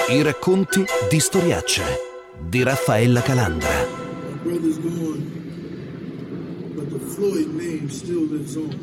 I racconti di Storiacce di Raffaella Calandra. My brother's gone, but the Floyd name still lives on.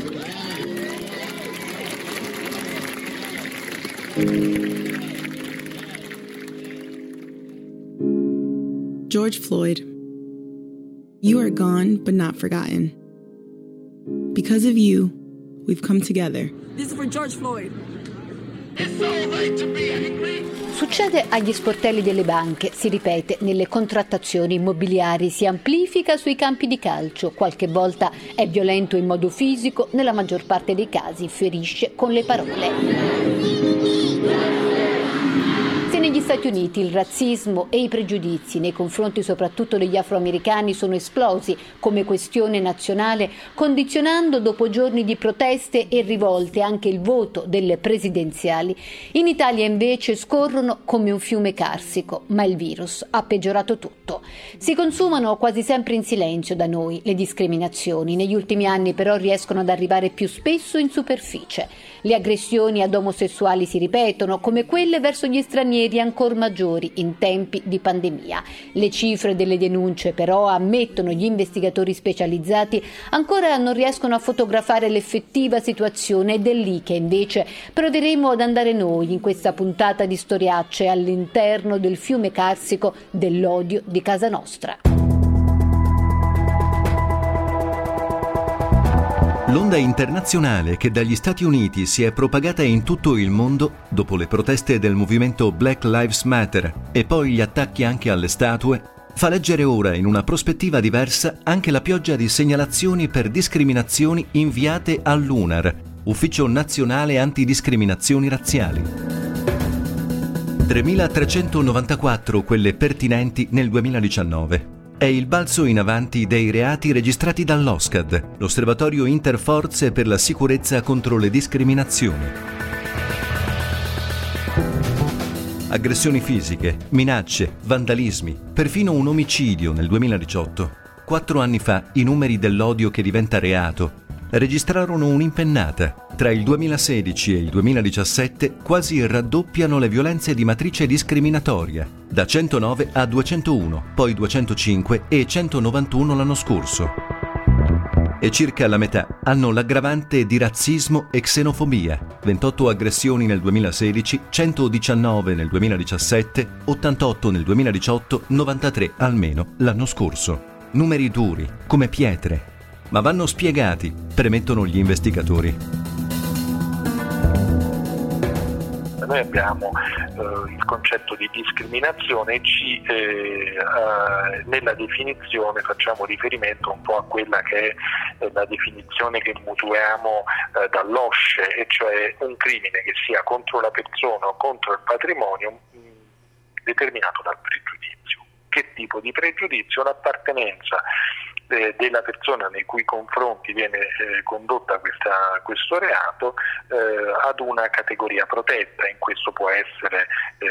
George Floyd, you are gone but not forgotten. Because of you, we've come together. This is for George Floyd. Succede agli sportelli delle banche, si ripete nelle contrattazioni immobiliari, si amplifica sui campi di calcio, qualche volta è violento in modo fisico, nella maggior parte dei casi ferisce con le parole. Se negli Stati Uniti il razzismo e i pregiudizi nei confronti soprattutto degli afroamericani sono esplosi come questione nazionale, condizionando dopo giorni di proteste e rivolte anche il voto delle presidenziali, in Italia invece scorrono come un fiume carsico, ma il virus ha peggiorato tutto. Si consumano quasi sempre in silenzio da noi le discriminazioni, negli ultimi anni però riescono ad arrivare più spesso in superficie. Le aggressioni ad omosessuali si ripetono, come quelle verso gli stranieri ancor maggiori in tempi di pandemia. Le cifre delle denunce però, ammettono gli investigatori specializzati, ancora non riescono a fotografare l'effettiva situazione ed è lì che invece proveremo ad andare noi in questa puntata di Storiacce all'interno del fiume carsico dell'odio di casa nostra. L'onda internazionale che dagli Stati Uniti si è propagata in tutto il mondo dopo le proteste del movimento Black Lives Matter e poi gli attacchi anche alle statue, fa leggere ora in una prospettiva diversa anche la pioggia di segnalazioni per discriminazioni inviate all'UNAR, Ufficio Nazionale Antidiscriminazioni Razziali. 3.394 quelle pertinenti nel 2019. È il balzo in avanti dei reati registrati dall'OSCAD, l'Osservatorio Interforze per la sicurezza contro le discriminazioni. Aggressioni fisiche, minacce, vandalismi, perfino un omicidio nel 2018. 4 anni fa i numeri dell'odio che diventa reato registrarono un'impennata. Tra il 2016 e il 2017 quasi raddoppiano le violenze di matrice discriminatoria, da 109 a 201, poi 205 e 191 l'anno scorso. E circa la metà hanno l'aggravante di razzismo e xenofobia, 28 aggressioni nel 2016, 119 nel 2017, 88 nel 2018, 93 almeno l'anno scorso. Numeri duri, come pietre, ma vanno spiegati, premettono gli investigatori. Noi abbiamo il concetto di discriminazione e nella definizione facciamo riferimento un po' a quella che è la definizione che mutuiamo dall'OSCE, e cioè un crimine che sia contro la persona o contro il patrimonio determinato dal pregiudizio. Che tipo di pregiudizio? L'appartenenza della persona nei cui confronti viene condotta questo reato ad una categoria protetta. In questo può essere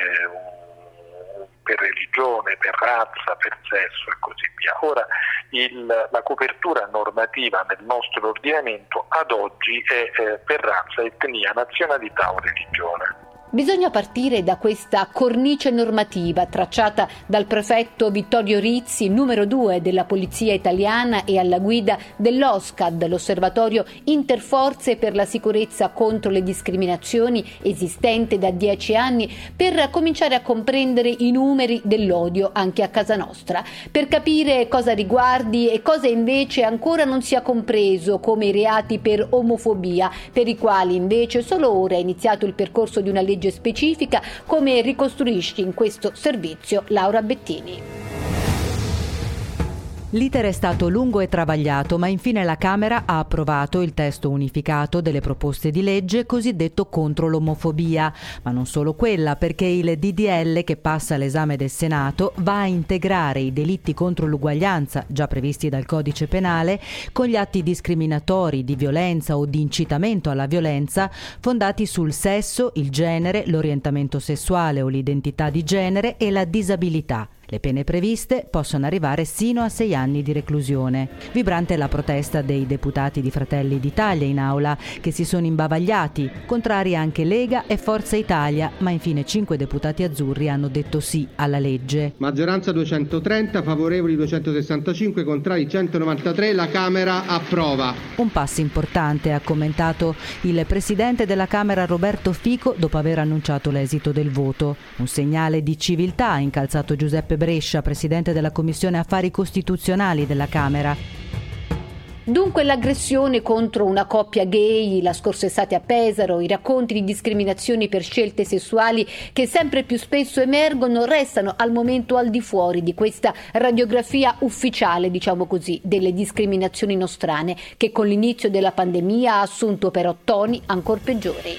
per religione, per razza, per sesso e così via. Ora, la copertura normativa nel nostro ordinamento ad oggi è per razza, etnia, nazionalità o religione. Bisogna partire da questa cornice normativa tracciata dal prefetto Vittorio Rizzi, numero 2 della Polizia Italiana e alla guida dell'OSCAD, l'Osservatorio Interforze per la sicurezza contro le discriminazioni, esistente da 10 anni, per cominciare a comprendere i numeri dell'odio anche a casa nostra, per capire cosa riguardi e cosa invece ancora non sia compreso, come i reati per omofobia, per i quali invece solo ora è iniziato il percorso di una legge specifica, come ricostruisce in questo servizio Laura Bettini. L'iter è stato lungo e travagliato, ma infine la Camera ha approvato il testo unificato delle proposte di legge cosiddetto contro l'omofobia, ma non solo quella, perché il DDL che passa all'esame del Senato va a integrare i delitti contro l'uguaglianza già previsti dal Codice Penale con gli atti discriminatori, di violenza o di incitamento alla violenza fondati sul sesso, il genere, l'orientamento sessuale o l'identità di genere e la disabilità. Le pene previste possono arrivare sino a 6 anni di reclusione. Vibrante la protesta dei deputati di Fratelli d'Italia in aula, che si sono imbavagliati, contrari anche Lega e Forza Italia, ma infine 5 deputati azzurri hanno detto sì alla legge. Maggioranza 230, favorevoli 265, contrari 193, la Camera approva. Un passo importante, ha commentato il presidente della Camera Roberto Fico dopo aver annunciato l'esito del voto. Un segnale di civiltà, ha incalzato Giuseppe Brescia, presidente della Commissione Affari Costituzionali della Camera. Dunque l'aggressione contro una coppia gay la scorsa estate a Pesaro, i racconti di discriminazioni per scelte sessuali che sempre più spesso emergono restano al momento al di fuori di questa radiografia ufficiale, diciamo così, delle discriminazioni nostrane, che con l'inizio della pandemia ha assunto però toni ancor peggiori.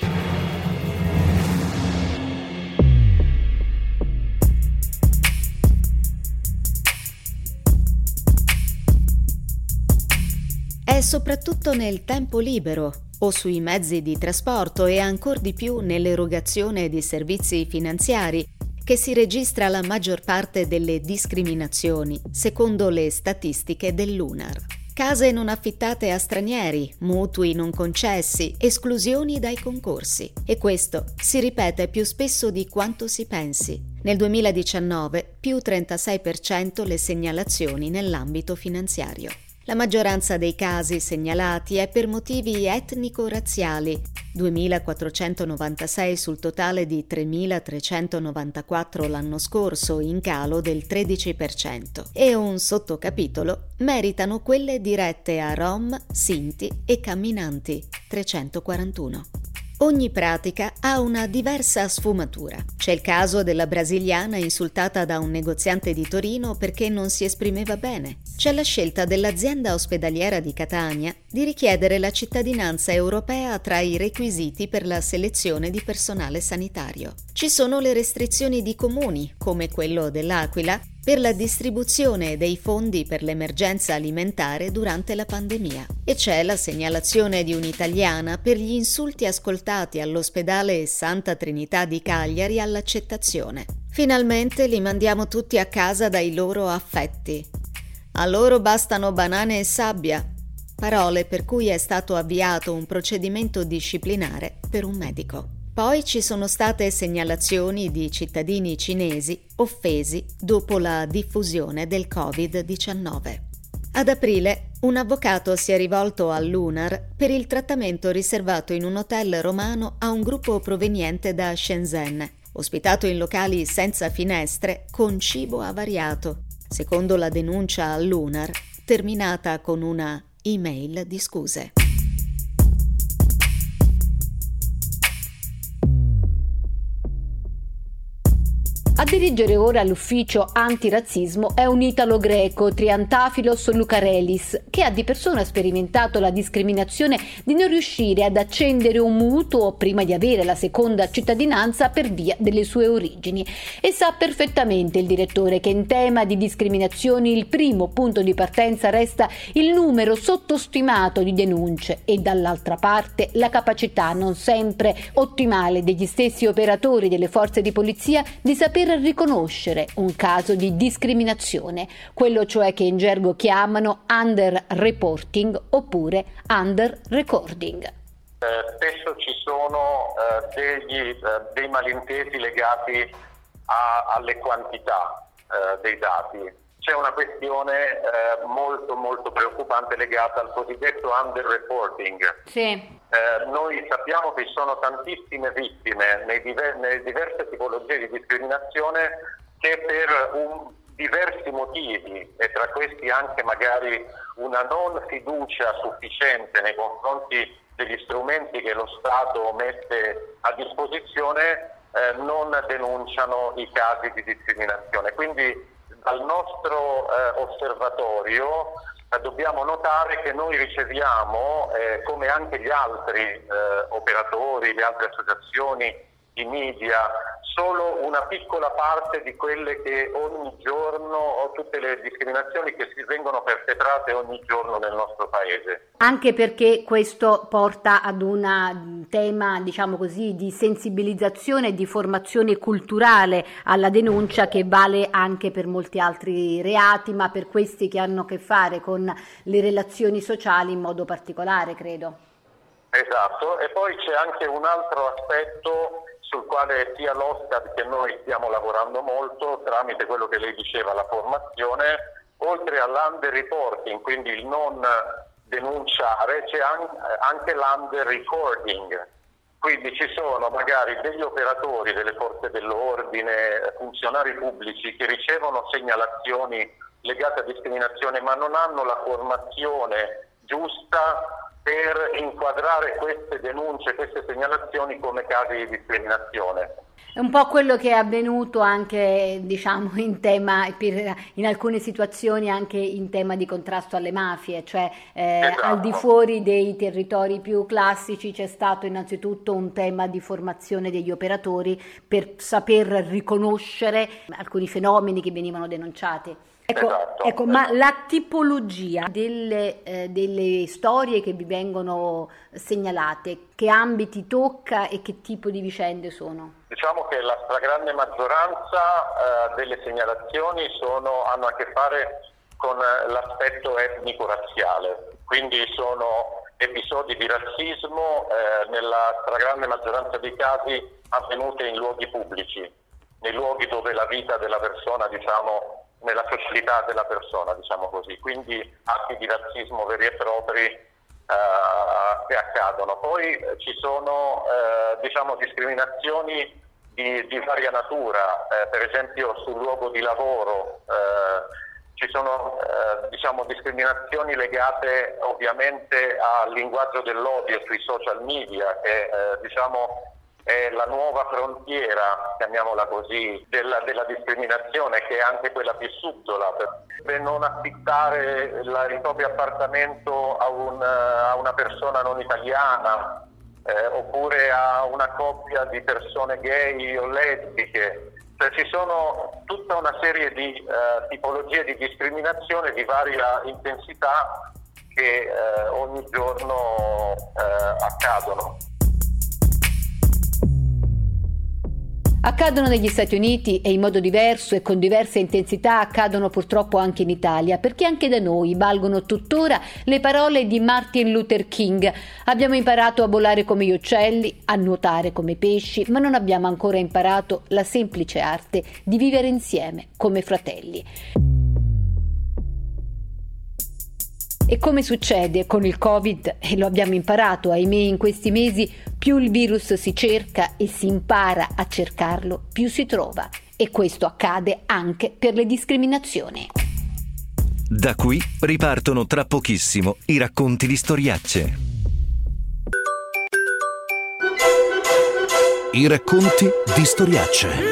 È soprattutto nel tempo libero o sui mezzi di trasporto e ancor di più nell'erogazione di servizi finanziari che si registra la maggior parte delle discriminazioni, secondo le statistiche dell'UNAR. Case non affittate a stranieri, mutui non concessi, esclusioni dai concorsi. E questo si ripete più spesso di quanto si pensi. Nel 2019 più 36% le segnalazioni nell'ambito finanziario. La maggioranza dei casi segnalati è per motivi etnico-razziali, 2.496 sul totale di 3.394 l'anno scorso, in calo del 13%. E un sottocapitolo meritano quelle dirette a Rom, Sinti e camminanti, 341. Ogni pratica ha una diversa sfumatura. C'è il caso della brasiliana insultata da un negoziante di Torino perché non si esprimeva bene. C'è la scelta dell'azienda ospedaliera di Catania di richiedere la cittadinanza europea tra i requisiti per la selezione di personale sanitario. Ci sono le restrizioni di comuni, come quello dell'Aquila, per la distribuzione dei fondi per l'emergenza alimentare durante la pandemia. E c'è la segnalazione di un'italiana per gli insulti ascoltati all'ospedale Santa Trinità di Cagliari all'accettazione. Finalmente li mandiamo tutti a casa dai loro affetti. A loro bastano banane e sabbia. Parole per cui è stato avviato un procedimento disciplinare per un medico. Poi ci sono state segnalazioni di cittadini cinesi offesi dopo la diffusione del Covid-19. Ad aprile, un avvocato si è rivolto all'UNAR per il trattamento riservato in un hotel romano a un gruppo proveniente da Shenzhen, ospitato in locali senza finestre con cibo avariato, secondo la denuncia all'UNAR, terminata con una email di scuse. A dirigere ora l'ufficio antirazzismo è un italo-greco, Triantafilos Lucarelis, che ha di persona sperimentato la discriminazione di non riuscire ad accendere un mutuo prima di avere la seconda cittadinanza per via delle sue origini. E sa perfettamente il direttore che in tema di discriminazioni il primo punto di partenza resta il numero sottostimato di denunce e dall'altra parte la capacità non sempre ottimale degli stessi operatori delle forze di polizia di saper riconoscere un caso di discriminazione, quello cioè che in gergo chiamano under-reporting oppure under-recording. Spesso ci sono dei malintesi legati alle quantità dei dati. C'è una questione molto molto preoccupante legata al cosiddetto under-reporting. Sì. Noi sappiamo che ci sono tantissime vittime nelle diverse tipologie di discriminazione che per diversi motivi, e tra questi anche magari una non fiducia sufficiente nei confronti degli strumenti che lo Stato mette a disposizione, non denunciano i casi di discriminazione. Quindi dal nostro osservatorio dobbiamo notare che noi riceviamo, come anche gli altri operatori, le altre associazioni, i media, solo una piccola parte di quelle che ogni giorno, o tutte le discriminazioni che si vengono perpetrate ogni giorno nel nostro paese. Anche perché questo porta ad un tema, diciamo così, di sensibilizzazione e di formazione culturale alla denuncia, che vale anche per molti altri reati, ma per questi che hanno a che fare con le relazioni sociali in modo particolare, credo. Esatto, e poi c'è anche un altro aspetto sul quale sia l'OSCAD che noi stiamo lavorando molto tramite quello che lei diceva, la formazione, oltre all'under reporting, quindi il non denunciare, c'è anche l'under recording. Quindi ci sono magari degli operatori delle forze dell'ordine, funzionari pubblici che ricevono segnalazioni legate a discriminazione, ma non hanno la formazione giusta per inquadrare queste denunce, queste segnalazioni come casi di discriminazione. È un po' quello che è avvenuto anche, diciamo, in alcune situazioni anche in tema di contrasto alle mafie, cioè Esatto. Al di fuori dei territori più classici c'è stato innanzitutto un tema di formazione degli operatori per saper riconoscere alcuni fenomeni che venivano denunciati. Ecco, ma la tipologia delle storie che vi vengono segnalate, che ambiti tocca e che tipo di vicende sono? Diciamo che la stragrande maggioranza delle segnalazioni hanno a che fare con l'aspetto etnico-razziale, quindi sono episodi di razzismo nella stragrande maggioranza dei casi avvenute in luoghi pubblici, nei luoghi dove la vita della persona, diciamo, nella socialità della persona, diciamo così, quindi atti di razzismo veri e propri che accadono. Poi ci sono diciamo discriminazioni di varia natura, per esempio sul luogo di lavoro ci sono diciamo discriminazioni legate ovviamente al linguaggio dell'odio sui social media, che diciamo è la nuova frontiera, chiamiamola così, della discriminazione, che è anche quella più subdola. Per non affittare il proprio appartamento a una persona non italiana, oppure a una coppia di persone gay o lesbiche. Cioè, ci sono tutta una serie di tipologie di discriminazione di varia intensità che ogni giorno accadono. Accadono negli Stati Uniti e in modo diverso e con diverse intensità accadono purtroppo anche in Italia, perché anche da noi valgono tuttora le parole di Martin Luther King. Abbiamo imparato a volare come gli uccelli, a nuotare come i pesci, ma non abbiamo ancora imparato la semplice arte di vivere insieme come fratelli. E come succede con il Covid, e lo abbiamo imparato ahimè in questi mesi, più il virus si cerca e si impara a cercarlo, più si trova. E questo accade anche per le discriminazioni. Da qui ripartono tra pochissimo i racconti di storiacce. I racconti di storiacce.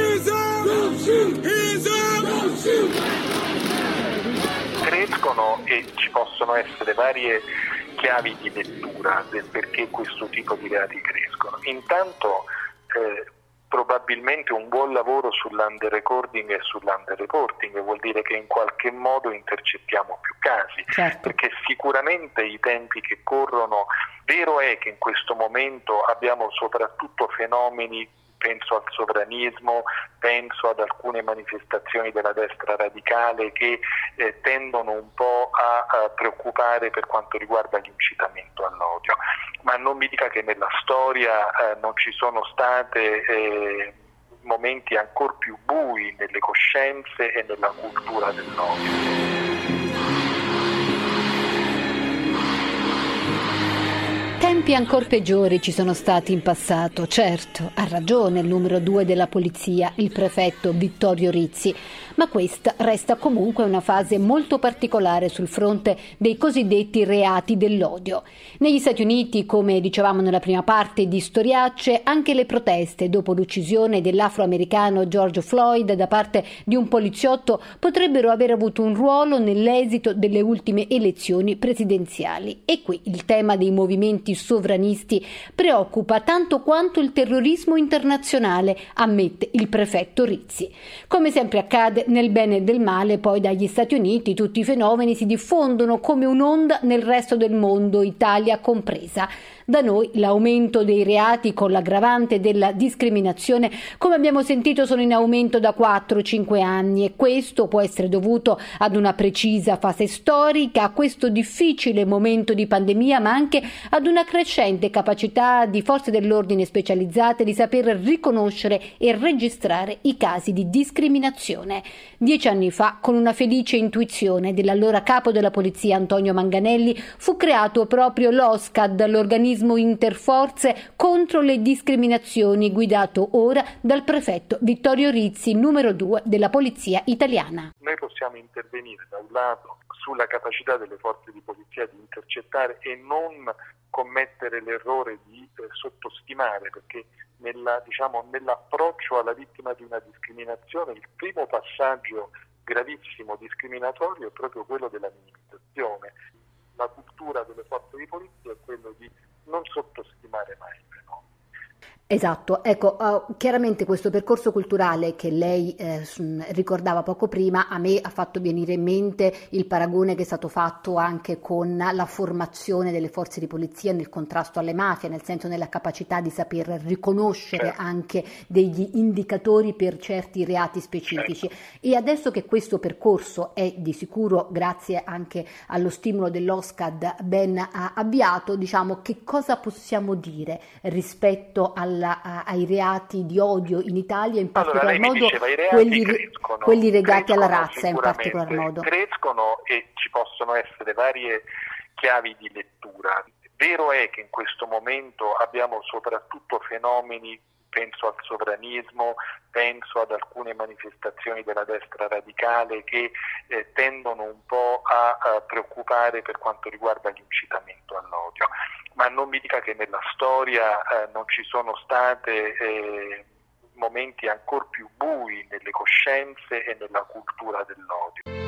Crescono e ci possono essere varie chiavi di lettura del perché questo tipo di reati crescono. Intanto probabilmente un buon lavoro sull'under recording e sull'under reporting vuol dire che in qualche modo intercettiamo più casi, certo. Perché sicuramente i tempi che corrono, vero è che in questo momento abbiamo soprattutto fenomeni, penso al sovranismo, penso ad alcune manifestazioni della destra radicale che tendono un po' a preoccupare per quanto riguarda l'incitamento all'odio, ma non mi dica che nella storia non ci sono state momenti ancor più bui nelle coscienze e nella cultura dell'odio. Tempi ancor peggiori ci sono stati in passato, certo, ha ragione il numero 2 della polizia, il prefetto Vittorio Rizzi, ma questa resta comunque una fase molto particolare sul fronte dei cosiddetti reati dell'odio. Negli Stati Uniti, come dicevamo nella prima parte di Storiacce, anche le proteste dopo l'uccisione dell'afroamericano George Floyd da parte di un poliziotto potrebbero aver avuto un ruolo nell'esito delle ultime elezioni presidenziali. E qui il tema dei movimenti sovranisti preoccupa tanto quanto il terrorismo internazionale, ammette il prefetto Rizzi. Come sempre accade nel bene e del male, poi dagli Stati Uniti tutti i fenomeni si diffondono come un'onda nel resto del mondo, Italia compresa. Da noi l'aumento dei reati con l'aggravante della discriminazione, come abbiamo sentito, sono in aumento da 4-5 anni e questo può essere dovuto ad una precisa fase storica, a questo difficile momento di pandemia, ma anche ad una crescente capacità di forze dell'ordine specializzate di saper riconoscere e registrare i casi di discriminazione. 10 anni fa, con una felice intuizione dell'allora capo della polizia Antonio Manganelli, fu creato proprio l'OSCAD, l'organismo interforze contro le discriminazioni, guidato ora dal prefetto Vittorio Rizzi, numero 2 della polizia italiana. Noi possiamo intervenire da un lato sulla capacità delle forze di polizia di intercettare e non commettere l'errore di sottostimare, perché nell'approccio alla vittima di una discriminazione il primo passaggio gravissimo discriminatorio è proprio quello della minimizzazione. La cultura delle forze di polizia è quello di non sottostimare mai il fenomeno. Esatto, ecco, chiaramente questo percorso culturale che lei ricordava poco prima a me ha fatto venire in mente il paragone che è stato fatto anche con la formazione delle forze di polizia nel contrasto alle mafie, nel senso nella capacità di saper riconoscere anche degli indicatori per certi reati specifici. E adesso che questo percorso è di sicuro, grazie anche allo stimolo dell'OSCAD, ben avviato, diciamo, che cosa possiamo dire rispetto ai reati di odio in Italia, in particolar modo quelli legati alla razza, in particolar modo? Crescono e ci possono essere varie chiavi di lettura. Vero è che in questo momento abbiamo soprattutto fenomeni, penso al sovranismo, penso ad alcune manifestazioni della destra radicale che tendono un po' a preoccupare per quanto riguarda l'incitamento all'odio. Ma non mi dica che nella storia non ci sono state momenti ancora più bui nelle coscienze e nella cultura dell'odio.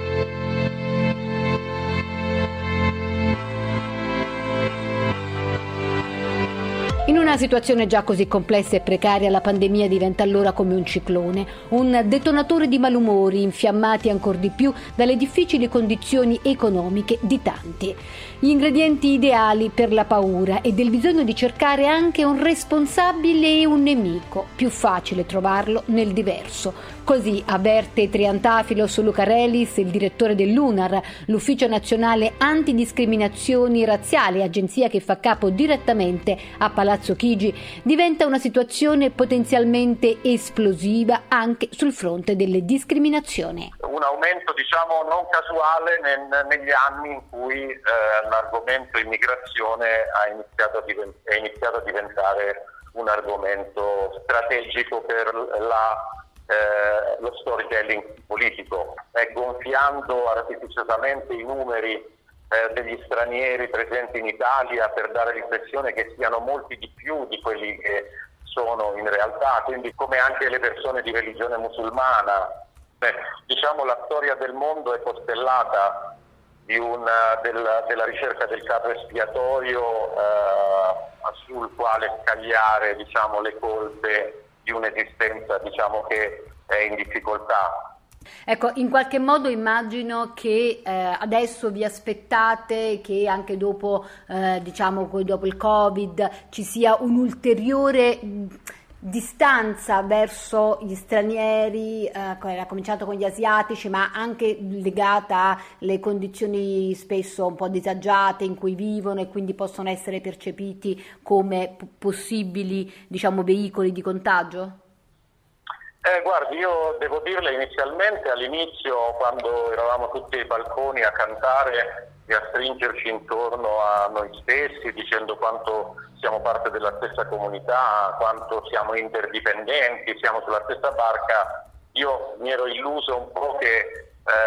In una situazione già così complessa e precaria, la pandemia diventa allora come un ciclone, un detonatore di malumori infiammati ancor di più dalle difficili condizioni economiche di tanti. Gli ingredienti ideali per la paura e del bisogno di cercare anche un responsabile e un nemico, più facile trovarlo nel diverso. Così avverte Triantafilos Lucarelis, il direttore dell'UNAR, l'Ufficio Nazionale Antidiscriminazioni Razziali, agenzia che fa capo direttamente a Palazzo Chigi. Diventa una situazione potenzialmente esplosiva anche sul fronte delle discriminazioni. Un aumento, non casuale negli anni in cui l'argomento immigrazione è iniziato a diventare un argomento strategico per lo storytelling politico, gonfiando artificiosamente i numeri degli stranieri presenti in Italia per dare l'impressione che siano molti di più di quelli che sono in realtà, quindi come anche le persone di religione musulmana. La storia del mondo è costellata della ricerca del capo espiatorio sul quale scagliare le colpe di un'esistenza che è in difficoltà. Ecco, in qualche modo immagino che adesso vi aspettate che anche dopo il Covid ci sia un'ulteriore distanza verso gli stranieri, ha cominciato con gli asiatici, ma anche legata alle condizioni spesso un po' disagiate in cui vivono e quindi possono essere percepiti come possibili, veicoli di contagio? Guardi, io devo dirle inizialmente, all'inizio, quando eravamo tutti ai balconi a cantare e a stringerci intorno a noi stessi, dicendo quanto siamo parte della stessa comunità, quanto siamo interdipendenti, siamo sulla stessa barca, io mi ero illuso un po' che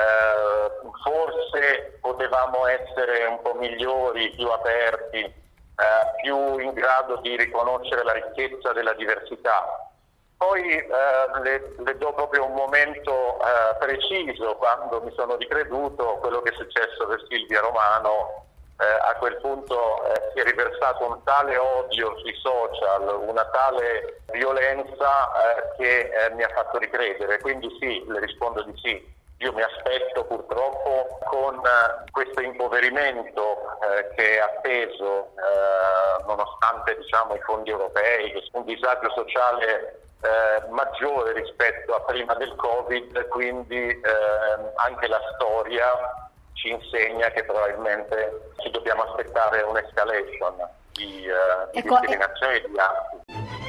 forse potevamo essere un po' migliori, più aperti, più in grado di riconoscere la ricchezza della diversità. Poi le do proprio un momento preciso, quando mi sono ricreduto quello che è successo per Silvia Romano a quel punto si è riversato un tale odio sui social, una tale violenza che mi ha fatto ricredere. Quindi sì, le rispondo di sì. Io mi aspetto purtroppo con questo impoverimento che è atteso nonostante i fondi europei, un disagio sociale maggiore rispetto a prima del Covid, quindi anche la storia ci insegna che probabilmente ci dobbiamo aspettare un'escalation di discriminazione e di atti.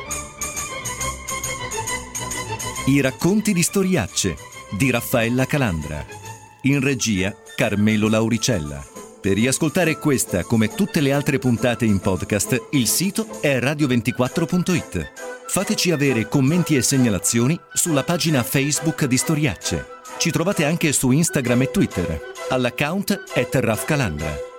I racconti di storiacce di Raffaella Calandra. In regia Carmelo Lauricella. Per riascoltare questa come tutte le altre puntate in podcast, il sito è radio24.it. Fateci avere commenti e segnalazioni sulla pagina Facebook di Storiacce. Ci trovate anche su Instagram e Twitter all'account @RafCalandra.